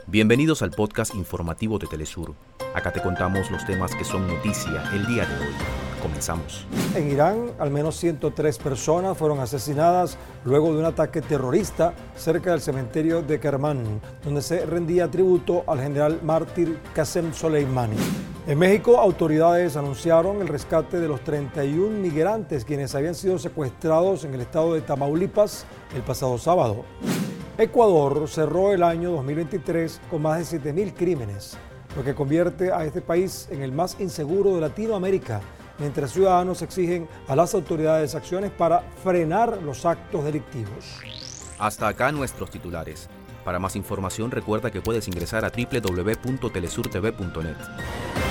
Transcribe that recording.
Bienvenidos al podcast informativo de Telesur. Acá te contamos los temas que son noticia el día de hoy. Comenzamos. En Irán, al menos 103 personas fueron asesinadas luego de un ataque terrorista cerca del cementerio de Kermán, donde se rendía tributo al general mártir Qasem Soleimani. En México, autoridades anunciaron el rescate de los 31 migrantes quienes habían sido secuestrados en el estado de Tamaulipas el pasado sábado. Ecuador cerró el año 2023 con más de 7.000 crímenes, lo que convierte a este país en el más inseguro de Latinoamérica, mientras ciudadanos exigen a las autoridades acciones para frenar los actos delictivos. Hasta acá nuestros titulares. Para más información recuerda que puedes ingresar a www.telesurtv.net.